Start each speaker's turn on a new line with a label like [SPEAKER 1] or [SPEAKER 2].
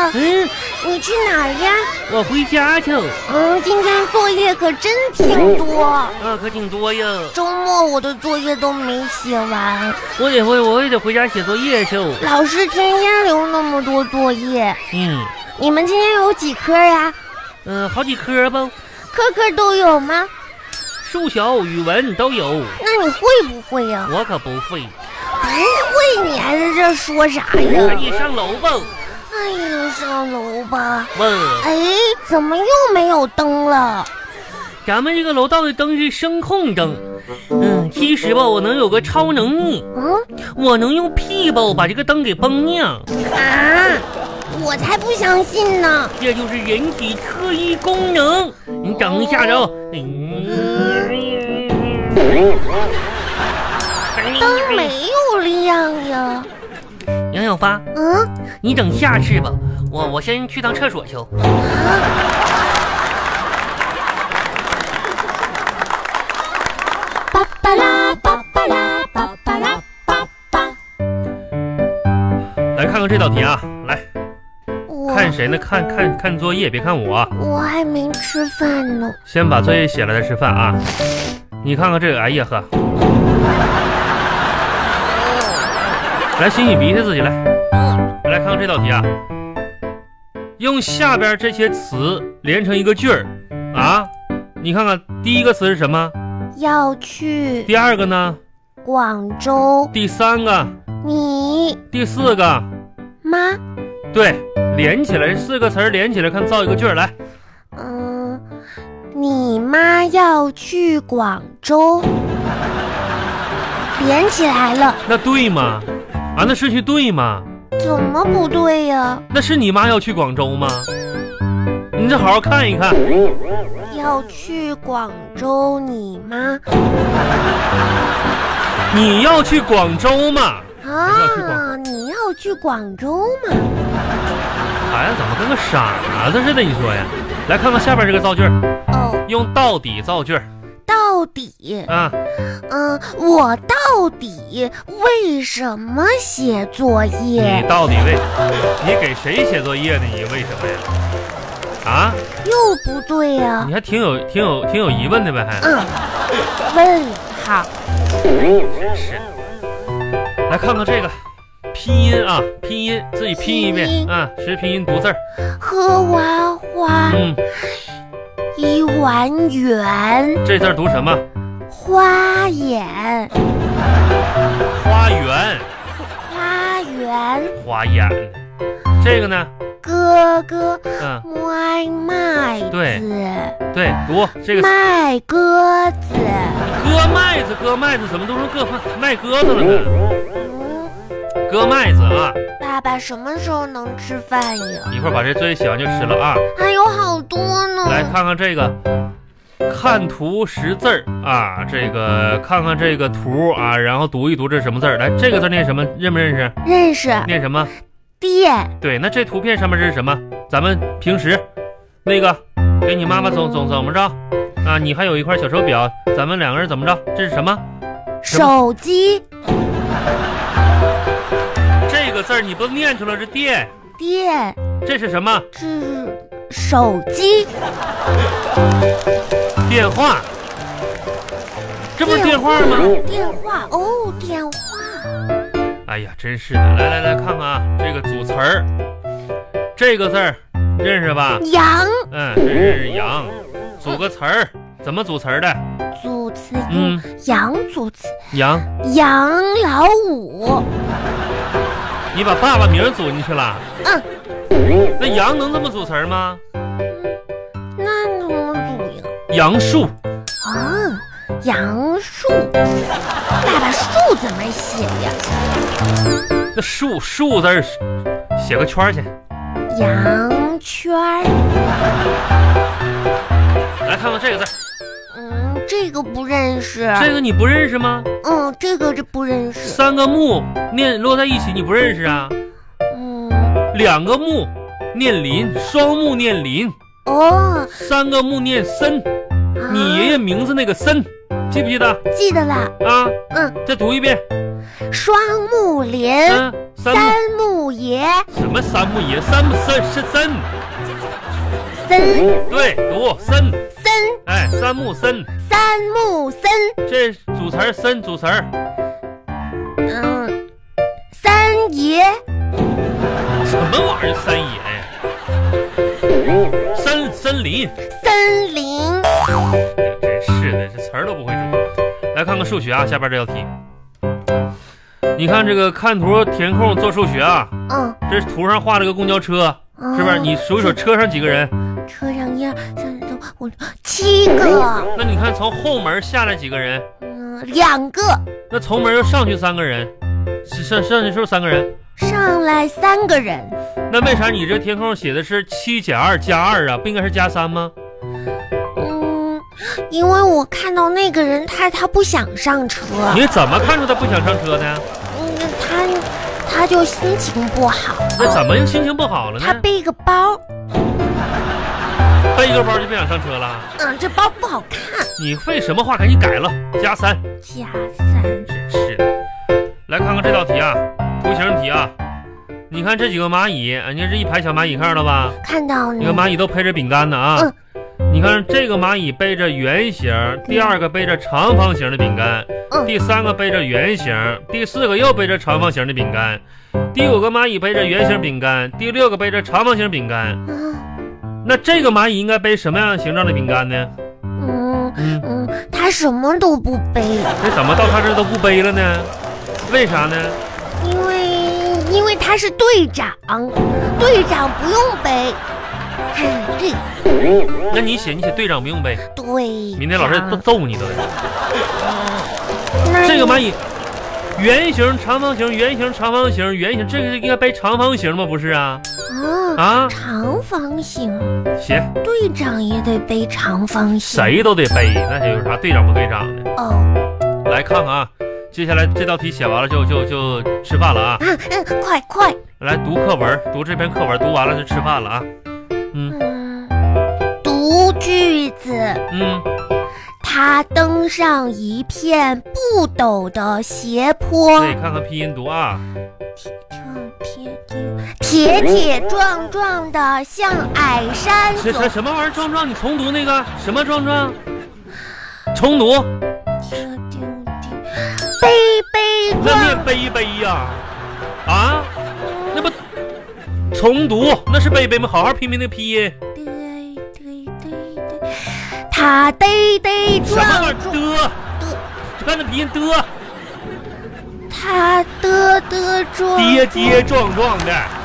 [SPEAKER 1] 你去哪儿呀？
[SPEAKER 2] 我回家去。
[SPEAKER 1] 今天作业可真挺多。
[SPEAKER 2] 可挺多呀。
[SPEAKER 1] 周末我的作业都没写完。
[SPEAKER 2] 我也得回家写作业去。
[SPEAKER 1] 老师天天留那么多作业。你们今天有几科呀？
[SPEAKER 2] 好几科吧。
[SPEAKER 1] 科科都有吗？
[SPEAKER 2] 数小语文都有。
[SPEAKER 1] 那你会不会呀？
[SPEAKER 2] 我可不会。
[SPEAKER 1] 不会你还在这说啥呀？
[SPEAKER 2] 赶紧上楼吧。
[SPEAKER 1] 哎呦，上楼吧。
[SPEAKER 2] 哎，
[SPEAKER 1] 怎么又没有灯了？
[SPEAKER 2] 咱们这个楼道的灯是声控灯。其实吧，我能有个超能力。我能用屁吧把这个灯给崩亮。
[SPEAKER 1] 我才不相信呢！
[SPEAKER 2] 这就是人体特异功能。你等一下着。
[SPEAKER 1] 灯没有亮呀。
[SPEAKER 2] 杨小发，你等下次吧，我先去趟厕所去。
[SPEAKER 1] 巴巴拉巴巴拉巴巴拉巴巴。
[SPEAKER 2] 来看看这道题啊，来看谁呢？看作业，别看我。
[SPEAKER 1] 我还没吃饭呢。
[SPEAKER 2] 先把作业写了再吃饭啊。你看看这个，哎呀呵。来擤擤鼻涕自己来。来看看这道题啊，用下边这些词连成一个句儿啊。你看看第一个词是什么？
[SPEAKER 1] 要去。
[SPEAKER 2] 第二个呢？
[SPEAKER 1] 广州。
[SPEAKER 2] 第三个？
[SPEAKER 1] 你。
[SPEAKER 2] 第四个？
[SPEAKER 1] 妈。
[SPEAKER 2] 对，连起来，四个词连起来，看造一个句儿来。
[SPEAKER 1] 你妈要去广州。连起来了。
[SPEAKER 2] 那对吗？那顺序对吗？
[SPEAKER 1] 怎么不对呀？
[SPEAKER 2] 那是你妈要去广州吗？你这好好看一看。
[SPEAKER 1] 要去广州，你妈。
[SPEAKER 2] 你要去广州吗？
[SPEAKER 1] 你要去广州吗？
[SPEAKER 2] 孩子怎么跟个傻子似的？你说呀？来看看下边这个造句。用到底造句。
[SPEAKER 1] 到底我到底为什么写作业？
[SPEAKER 2] 你到底你给谁写作业呢？你为什么呀？
[SPEAKER 1] 又不对呀。
[SPEAKER 2] 你还挺有疑问的呗？还
[SPEAKER 1] 问号。
[SPEAKER 2] 是。来看看这个拼音啊，拼音自己拼一遍啊，识拼音读字儿。
[SPEAKER 1] 喝娃花。一碗圆。
[SPEAKER 2] 这字读什么？
[SPEAKER 1] 花眼。
[SPEAKER 2] 花园。花眼。这个呢？
[SPEAKER 1] 哥哥。麦子。
[SPEAKER 2] 对，读这个。
[SPEAKER 1] 麦鸽子。
[SPEAKER 2] 割麦子怎么都成卖鸽子了呢？割麦子啊。
[SPEAKER 1] 爸爸什么时候能吃饭呀？
[SPEAKER 2] 一会儿把这作业写完就吃了啊。
[SPEAKER 1] 还有好多呢。
[SPEAKER 2] 来看看这个，看图识字儿啊。这个看看这个图啊，然后读一读这是什么字儿。来，这个字念什么？认不认识？
[SPEAKER 1] 认识。
[SPEAKER 2] 念什么？
[SPEAKER 1] 电。
[SPEAKER 2] 对，那这图片上面这是什么？咱们平时那个给你妈妈总怎么着啊？你还有一块小手表，咱们两个人怎么着？这是什么？
[SPEAKER 1] 手机。
[SPEAKER 2] 这个字儿你不念出来是电。这是什么？
[SPEAKER 1] 是手机。
[SPEAKER 2] 电话。这不是电话吗？
[SPEAKER 1] 电话。电话。
[SPEAKER 2] 哎呀，真是的！来看看啊，这个组词儿，这个字儿认识吧？
[SPEAKER 1] 羊。
[SPEAKER 2] 这是羊。组个词儿，怎么组词儿的？
[SPEAKER 1] 组词羊组词。
[SPEAKER 2] 羊
[SPEAKER 1] 老五。
[SPEAKER 2] 你把爸爸名组进去了？那羊能这么组词儿吗？
[SPEAKER 1] 那怎么组呀？
[SPEAKER 2] 杨树。
[SPEAKER 1] 杨树。爸爸树怎么写呀？
[SPEAKER 2] 那树字儿写个圈去。
[SPEAKER 1] 羊圈。
[SPEAKER 2] 来看看这个字。
[SPEAKER 1] 这个不认识。
[SPEAKER 2] 这个你不认识吗？
[SPEAKER 1] 这个不认识。
[SPEAKER 2] 三个木落在一起你不认识啊？两个木念林，双木念林。三个木念森。你爷爷名字那个森，记不记得？
[SPEAKER 1] 记得了。
[SPEAKER 2] 再读一遍。
[SPEAKER 1] 双木林，三木爷。
[SPEAKER 2] 什么三木爷？三是森。
[SPEAKER 1] 森。
[SPEAKER 2] 对，读森。
[SPEAKER 1] 森。
[SPEAKER 2] 哎，三木森。
[SPEAKER 1] 三木森。
[SPEAKER 2] 这主词森主词。
[SPEAKER 1] 三爷。
[SPEAKER 2] 什么玩意儿？三爷呀？森林。
[SPEAKER 1] 森林。
[SPEAKER 2] 真是的，这词儿都不会读。来看看数学啊，下边这道题。你看这个看图填空做数学啊。这图上画了个公交车，是不是？你数一数车上几个人？
[SPEAKER 1] 车上1、2、3、4、5、6、7个。
[SPEAKER 2] 那你看从后门下来几个人
[SPEAKER 1] ？2个。
[SPEAKER 2] 那从门又上去3个人，上去是不是3个人？
[SPEAKER 1] 上来3个人。
[SPEAKER 2] 那为啥你这填空写的是7减2加2啊？不应该是加3吗？
[SPEAKER 1] 因为我看到那个人他不想上车。
[SPEAKER 2] 你怎么看出他不想上车呢？
[SPEAKER 1] 他就心情不好。
[SPEAKER 2] 那怎么心情不好了呢？
[SPEAKER 1] 他背个包。
[SPEAKER 2] 背个包就不想上车了？
[SPEAKER 1] 这包不好看。
[SPEAKER 2] 你废什么话？赶紧改了，加3。
[SPEAKER 1] 加3。
[SPEAKER 2] 真是的。来看看这道题啊，图形题啊。你看这几个蚂蚁，你看这一排小蚂蚁看到了吧？
[SPEAKER 1] 看到了。
[SPEAKER 2] 你看蚂蚁都背着饼干呢啊。你看这个蚂蚁背着圆形，第2个背着长方形的饼干，第3个背着圆形，第4个又背着长方形的饼干，第5个蚂蚁背着圆形饼干，第6个背着长方形饼干。那这个蚂蚁应该背什么样的形状的饼干呢？
[SPEAKER 1] 它什么都不背。
[SPEAKER 2] 这怎么到他这都不背了呢？为啥呢？
[SPEAKER 1] 因为他是队长，队长不用背。对。
[SPEAKER 2] 那你写队长不用背。
[SPEAKER 1] 对。
[SPEAKER 2] 明天老师都揍你都。这个蚂蚁，圆形、长方形、圆形、长方形、圆形，这个应该背长方形吗？不是啊？
[SPEAKER 1] 长方形。
[SPEAKER 2] 写。
[SPEAKER 1] 队长也得背长方形。
[SPEAKER 2] 谁都得背，那有啥队长不队长的？来看看啊。接下来这道题写完了就吃饭了啊！
[SPEAKER 1] 快
[SPEAKER 2] 来读课文，读这篇课文，读完了就吃饭了啊！
[SPEAKER 1] 读句子。他登上一片不陡的斜坡。
[SPEAKER 2] 对，看看拼音读啊。
[SPEAKER 1] 铁铁壮壮的像矮山。
[SPEAKER 2] 什么玩意儿壮壮？你重读那个什么壮壮？重读。
[SPEAKER 1] 背
[SPEAKER 2] 那念背呀？那不重读，那是背吗？好好拼那个拼音。
[SPEAKER 1] 他嘚壮。
[SPEAKER 2] 什么玩意儿？看那拼音的。
[SPEAKER 1] 他嘚壮。
[SPEAKER 2] 跌撞撞的。